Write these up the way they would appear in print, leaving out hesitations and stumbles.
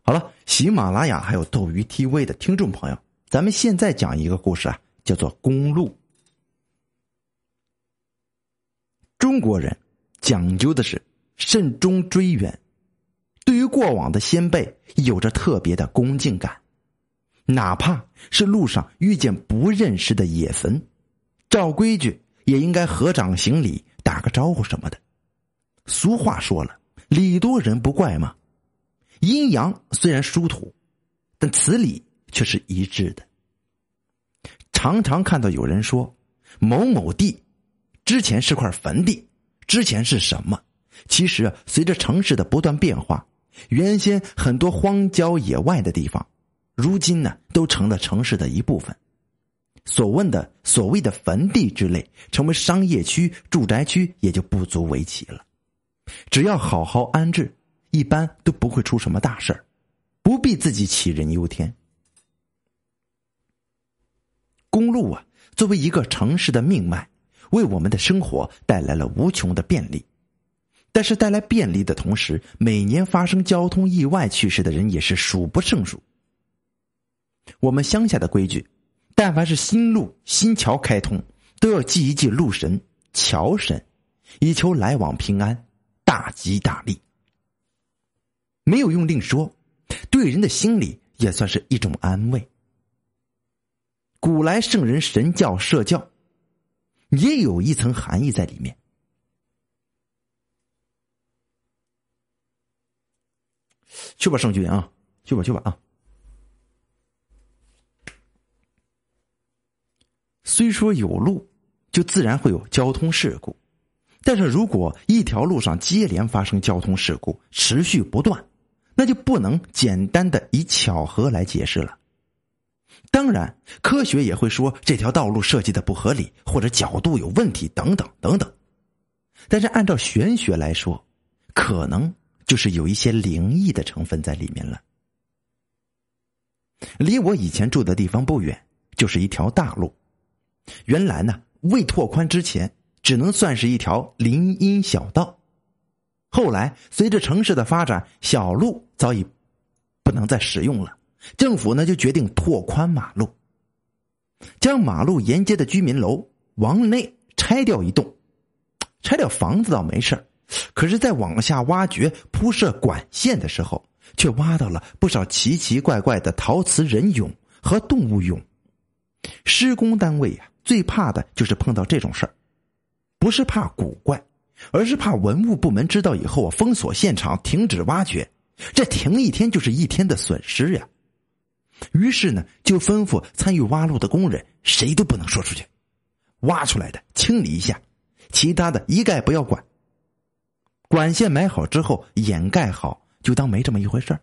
好了，喜马拉雅还有斗鱼 TV 的听众朋友，咱们现在讲一个故事啊，叫做公路。中国人讲究的是慎终追远，对于过往的先辈有着特别的恭敬感，哪怕是路上遇见不认识的野坟，照规矩也应该合掌行礼，打个招呼什么的。俗话说了，礼多人不怪嘛。阴阳虽然殊途，但此理却是一致的。常常看到有人说某某地之前是块坟地，之前是什么？其实随着城市的不断变化，原先很多荒郊野外的地方，如今呢都成了城市的一部分。所谓的坟地之类，成为商业区、住宅区也就不足为奇了。只要好好安置，一般都不会出什么大事儿，不必自己杞人忧天。公路啊，作为一个城市的命脉，为我们的生活带来了无穷的便利。但是带来便利的同时，每年发生交通意外去世的人也是数不胜数。我们乡下的规矩，但凡是新路、新桥开通，都要祭一祭路神、桥神，以求来往平安，大吉大利。没有用另说，对人的心里也算是一种安慰。古来圣人神教社教，也有一层含义在里面。去吧，圣君啊，去吧啊！虽说有路，就自然会有交通事故，但是如果一条路上接连发生交通事故，持续不断，那就不能简单的以巧合来解释了。当然，科学也会说这条道路设计的不合理，或者角度有问题等等等等。但是按照玄学来说，可能就是有一些灵异的成分在里面了。离我以前住的地方不远，就是一条大路。原来呢，未拓宽之前，只能算是一条林荫小道。后来随着城市的发展，小路早已不能再使用了，政府呢就决定拓宽马路，将马路沿街的居民楼往内拆掉一栋。拆掉房子倒没事，可是在往下挖掘铺设管线的时候，却挖到了不少奇奇怪怪的陶瓷人俑和动物俑。施工单位啊，最怕的就是碰到这种事儿，不是怕古怪，而是怕文物部门知道以后封锁现场，停止挖掘，这停一天就是一天的损失呀。于是呢，就吩咐参与挖路的工人，谁都不能说出去，挖出来的清理一下，其他的一概不要管。管线埋好之后掩盖好，就当没这么一回事儿。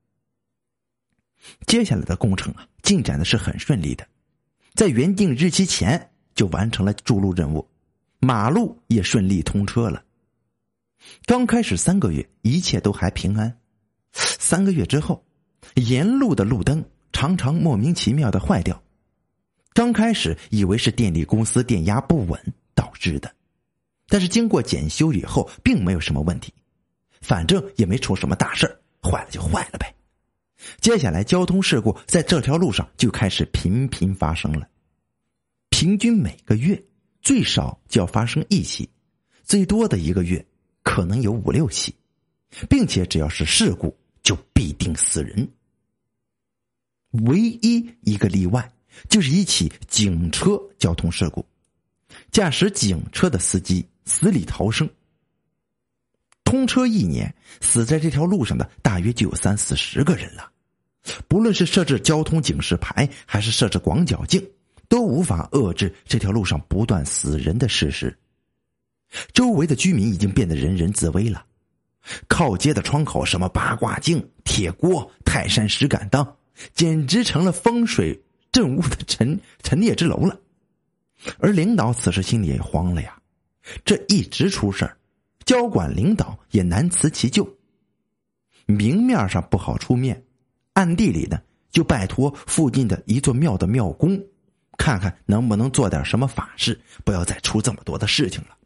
接下来的工程啊，进展的是很顺利的，在原定日期前就完成了筑路任务，马路也顺利通车了。刚开始3个月一切都还平安，3个月之后，沿路的路灯常常莫名其妙的坏掉。刚开始以为是电力公司电压不稳导致的，但是经过检修以后并没有什么问题，反正也没出什么大事儿，坏了就坏了呗。接下来交通事故在这条路上就开始频频发生了，平均每个月最少就要发生1起，最多的一个月可能有5、6起，并且只要是事故就必定死人。唯一一个例外就是一起警车交通事故，驾驶警车的司机死里逃生。通车1年，死在这条路上的大约就有30、40个人了。不论是设置交通警示牌，还是设置广角镜，都无法遏制这条路上不断死人的事实。周围的居民已经变得人人自危了，靠街的窗口什么八卦镜、铁锅、泰山石敢当，简直成了风水镇物的陈列之楼了。而领导此时心里也慌了呀，这一直出事儿，交管领导也难辞其咎。明面上不好出面，暗地里呢就拜托附近的一座庙的庙公，看看能不能做点什么法事，不要再出这么多的事情了。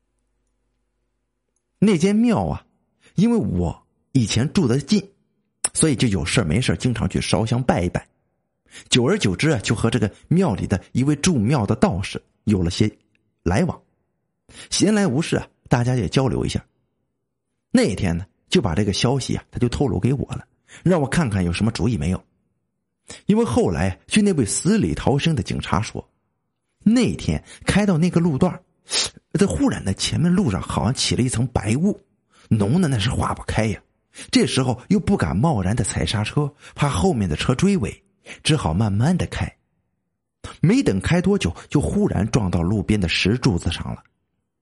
那间庙啊，因为我以前住得近， 所以就有事没事经常去烧香拜一拜。久而久之啊，就和这个庙里的一位住庙的道士有了些来往。闲来无事啊，大家也交流一下。那天呢，就把这个消息啊，他就透露给我了，让我看看有什么主意没有。因为后来据那位死里逃生的警察说，那天开到那个路段，他忽然呢，前面路上好像起了一层白雾，浓的那是化不开呀。这时候又不敢贸然的踩刹车，怕后面的车追尾，只好慢慢的开。没等开多久，就忽然撞到路边的石柱子上了。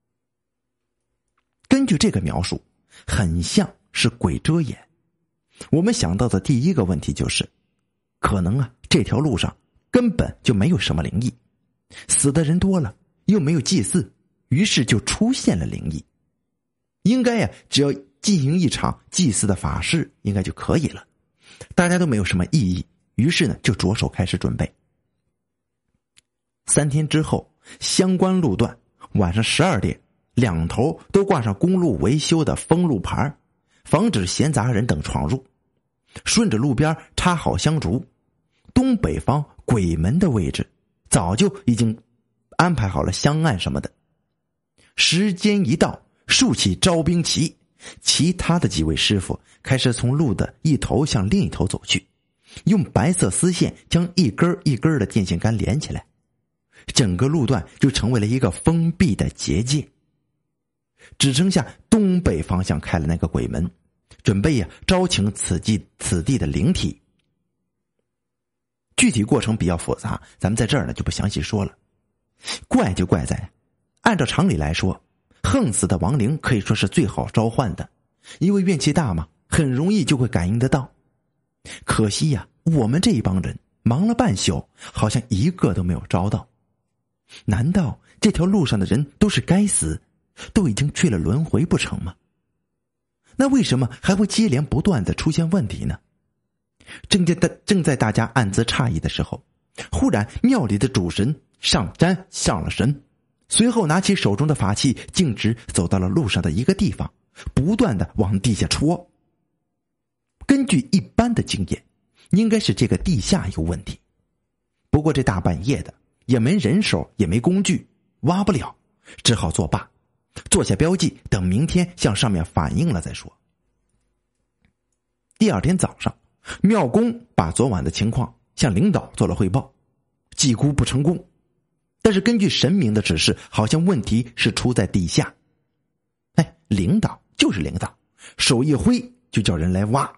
根据这个描述，很像是鬼遮眼。我们想到的第一个问题就是，可能啊，这条路上根本就没有什么灵异，死的人多了，又没有祭祀，于是就出现了灵异。应该呀，只要进行一场祭祀的法事，应该就可以了。大家都没有什么异议，于是呢，就着手开始准备。3天之后，相关路段晚上12点，两头都挂上公路维修的封路牌，防止闲杂人等闯入。顺着路边插好香烛，东北方鬼门的位置早就已经安排好了香案什么的。时间一到，竖起招兵旗，其他的几位师傅开始从路的一头向另一头走去，用白色丝线将一根一根的电线杆连起来，整个路段就成为了一个封闭的结界。只剩下东北方向开了那个鬼门，准备招请此地的灵体。具体过程比较复杂，咱们在这儿呢就不详细说了。怪就怪在，按照常理来说，横死的亡灵可以说是最好召唤的，因为怨气大嘛，很容易就会感应得到。可惜呀，我们这一帮人忙了半宿，好像一个都没有招到。难道这条路上的人都是该死，都已经去了轮回不成吗？那为什么还会接连不断的出现问题呢？正在大家暗自诧异的时候，忽然庙里的主神上瞻上了神，随后拿起手中的法器，径直走到了路上的一个地方，不断的往地下戳。根据一般的经验，应该是这个地下有问题。不过这大半夜的，也没人手，也没工具，挖不了，只好作罢，做下标记，等明天向上面反映了再说。第二天早上，庙公把昨晚的情况向领导做了汇报，祭估不成功，但是根据神明的指示，好像问题是出在地下。领导就是领导，手一挥就叫人来挖。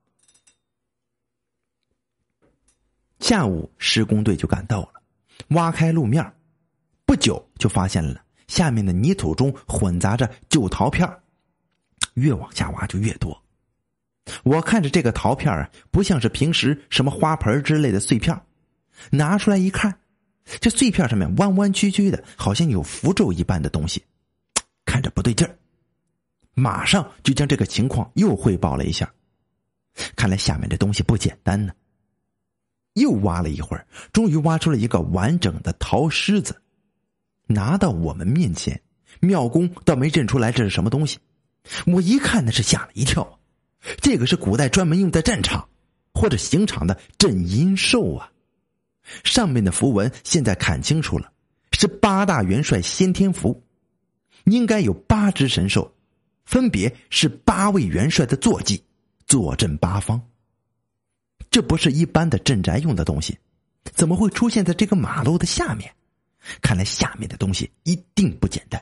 下午施工队就赶到了，挖开路面，不久就发现了下面的泥土中混杂着旧陶片，越往下挖就越多。我看着这个陶片不像是平时什么花盆之类的碎片，拿出来一看，这碎片上面弯弯曲曲的，好像有符咒一般的东西，看着不对劲儿，马上就将这个情况又汇报了一下。看来下面这东西不简单呢。又挖了一会儿，终于挖出了一个完整的陶狮子，拿到我们面前，庙公倒没认出来这是什么东西。我一看那是吓了一跳，这个是古代专门用在战场或者刑场的镇阴兽啊。上面的符文现在看清楚了，是8大元帅先天符，应该有8只神兽，分别是8位元帅的坐骑，坐镇8方。这不是一般的镇宅用的东西，怎么会出现在这个马路的下面？看来下面的东西一定不简单。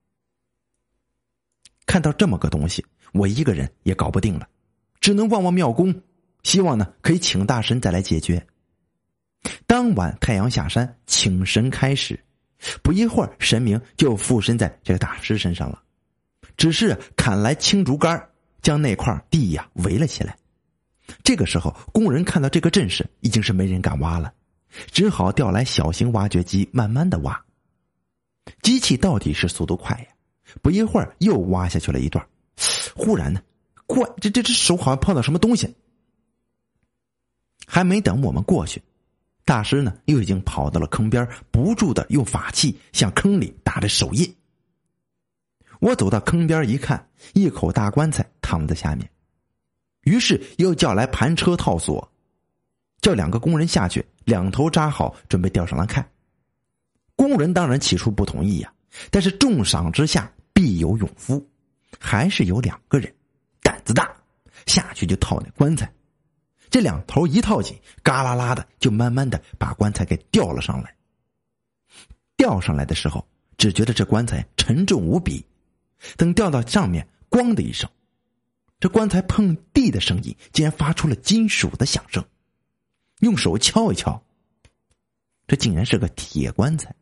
看到这么个东西，我一个人也搞不定了，只能望望庙公，希望呢可以请大神再来解决。当晚太阳下山，请神开始，不一会儿神明就附身在这个大师身上了，只是砍来青竹竿，将那块地围了起来。这个时候工人看到这个阵势，已经是没人敢挖了，只好调来小型挖掘机慢慢的挖。机器到底是速度快呀，不一会儿又挖下去了一段。忽然呢，怪，这手好像碰到什么东西。还没等我们过去，大师呢又已经跑到了坑边，不住的用法器向坑里打着手印。我走到坑边一看，一口大棺材躺在下面， 于是又叫来盘车套索，叫2个工人下去，2头扎好，准备吊上来看。工人当然起初不同意呀，但是重赏之下必有勇夫，还是有2个人胆子大，下去就套那棺材。这2头一套紧，嘎啦啦的就慢慢的把棺材给吊了上来。吊上来的时候，只觉得这棺材沉重无比，等吊到上面，咣的一声，这棺材碰地的声音竟然发出了金属的响声。用手敲一敲，这竟然是个铁棺材。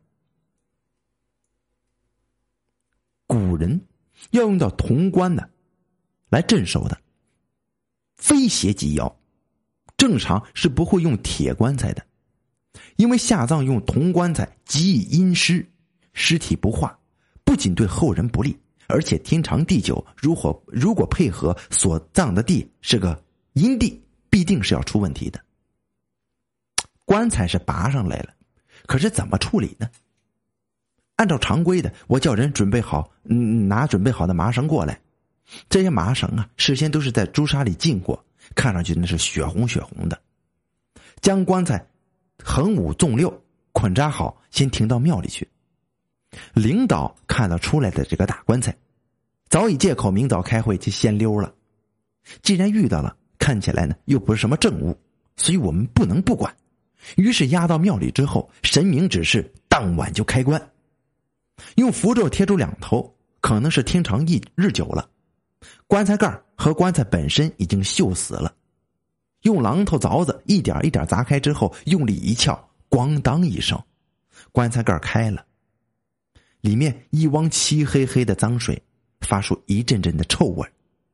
古人要用到铜棺呢来镇守的，非邪即妖，正常是不会用铁棺材的，因为下葬用铜棺材极易阴尸，尸体不化，不仅对后人不利，而且天长地久，如果配合所葬的地是个阴地，必定是要出问题的。棺材是拔上来了，可是怎么处理呢？按照常规的，我叫人准备好，拿准备好的麻绳过来。这些麻绳啊，事先都是在朱砂里浸过，看上去那是血红血红的。将棺材横5纵6捆扎好，先停到庙里去。领导看到出来的这个大棺材，早已借口明早开会就先溜了。既然遇到了，看起来呢又不是什么证物，所以我们不能不管。于是押到庙里之后，神明指示当晚就开棺，用符咒贴住2头，可能是天长日久了，棺材盖和棺材本身已经锈死了。用榔头凿子一点一点砸开之后，用力一撬，咣当一声，棺材盖开了，里面一汪漆黑黑的脏水，发出一阵阵的臭味。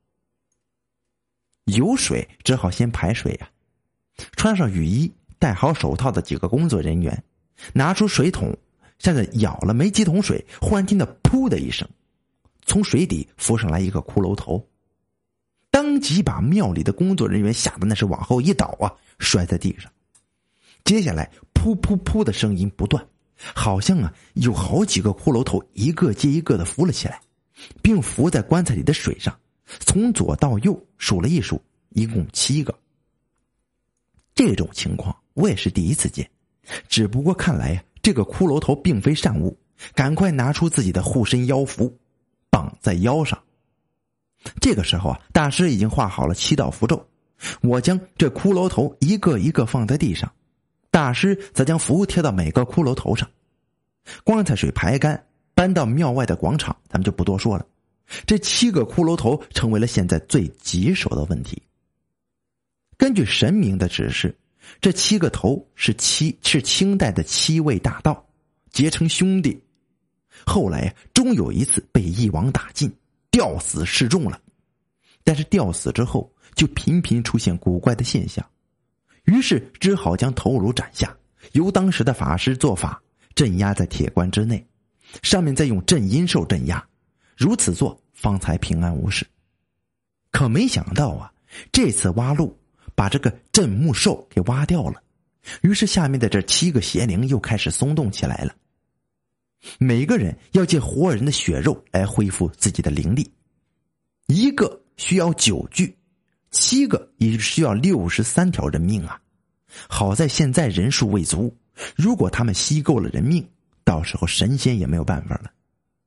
有水只好先排水呀。穿上雨衣戴好手套的几个工作人员拿出水桶，像是舀了没几桶水，忽然听到噗的一声，从水底浮上来一个骷髅头，当即把庙里的工作人员吓得那是往后一倒啊，摔在地上。接下来噗噗噗的声音不断，好像啊有好几个骷髅头一个接一个的浮了起来，并浮在棺材里的水上，从左到右数了一数，一共7个。这种情况我也是第一次见，只不过看来这个骷髅头并非善物，赶快拿出自己的护身妖符绑在腰上。这个时候啊，大师已经画好了7道符咒，我将这骷髅头一个一个放在地上，大师则将符贴到每个骷髅头上。棺材水排干，搬到庙外的广场，咱们就不多说了。这7个骷髅头成为了现在最棘手的问题。根据神明的指示，这7个头是清代的7位大盗结成兄弟，后来终有一次被一网打尽，吊死示众了。但是吊死之后就频频出现古怪的现象，于是只好将头颅斩下，由当时的法师做法镇压在铁棺之内，上面再用镇阴兽镇压，如此做方才平安无事。可没想到啊，这次挖路把这个镇墓兽给挖掉了，于是下面的这7个邪灵又开始松动起来了。每个人要借活人的血肉来恢复自己的灵力，一个需要9具，7个也需要63条人命啊！好在现在人数未足，如果他们吸够了人命，到时候神仙也没有办法了。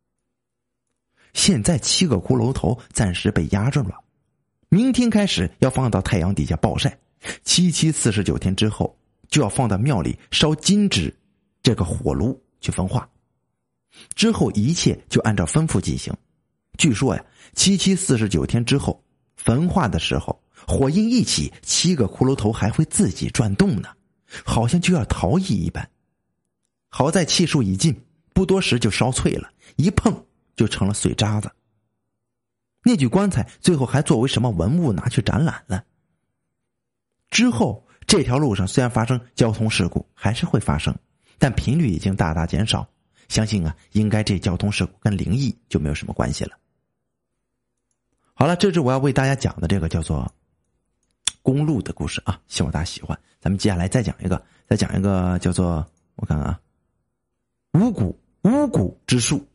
现在7个骷髅头暂时被压着了，明天开始要放到太阳底下暴晒，749天之后就要放到庙里烧金纸这个火炉去焚化，之后一切就按照吩咐进行。据说呀，749天之后焚化的时候，火焰一起，7个骷髅头还会自己转动呢，好像就要逃逸一般。好在气数已尽，不多时就烧脆了，一碰就成了碎渣子。那具棺材最后还作为什么文物拿去展览了。之后这条路上虽然发生交通事故，还是会发生，但频率已经大大减少，相信啊，应该这交通事故跟灵异就没有什么关系了。好了，这是我要为大家讲的这个叫做公路的故事啊，希望大家喜欢。咱们接下来再讲一个叫做我看看啊，五谷之术。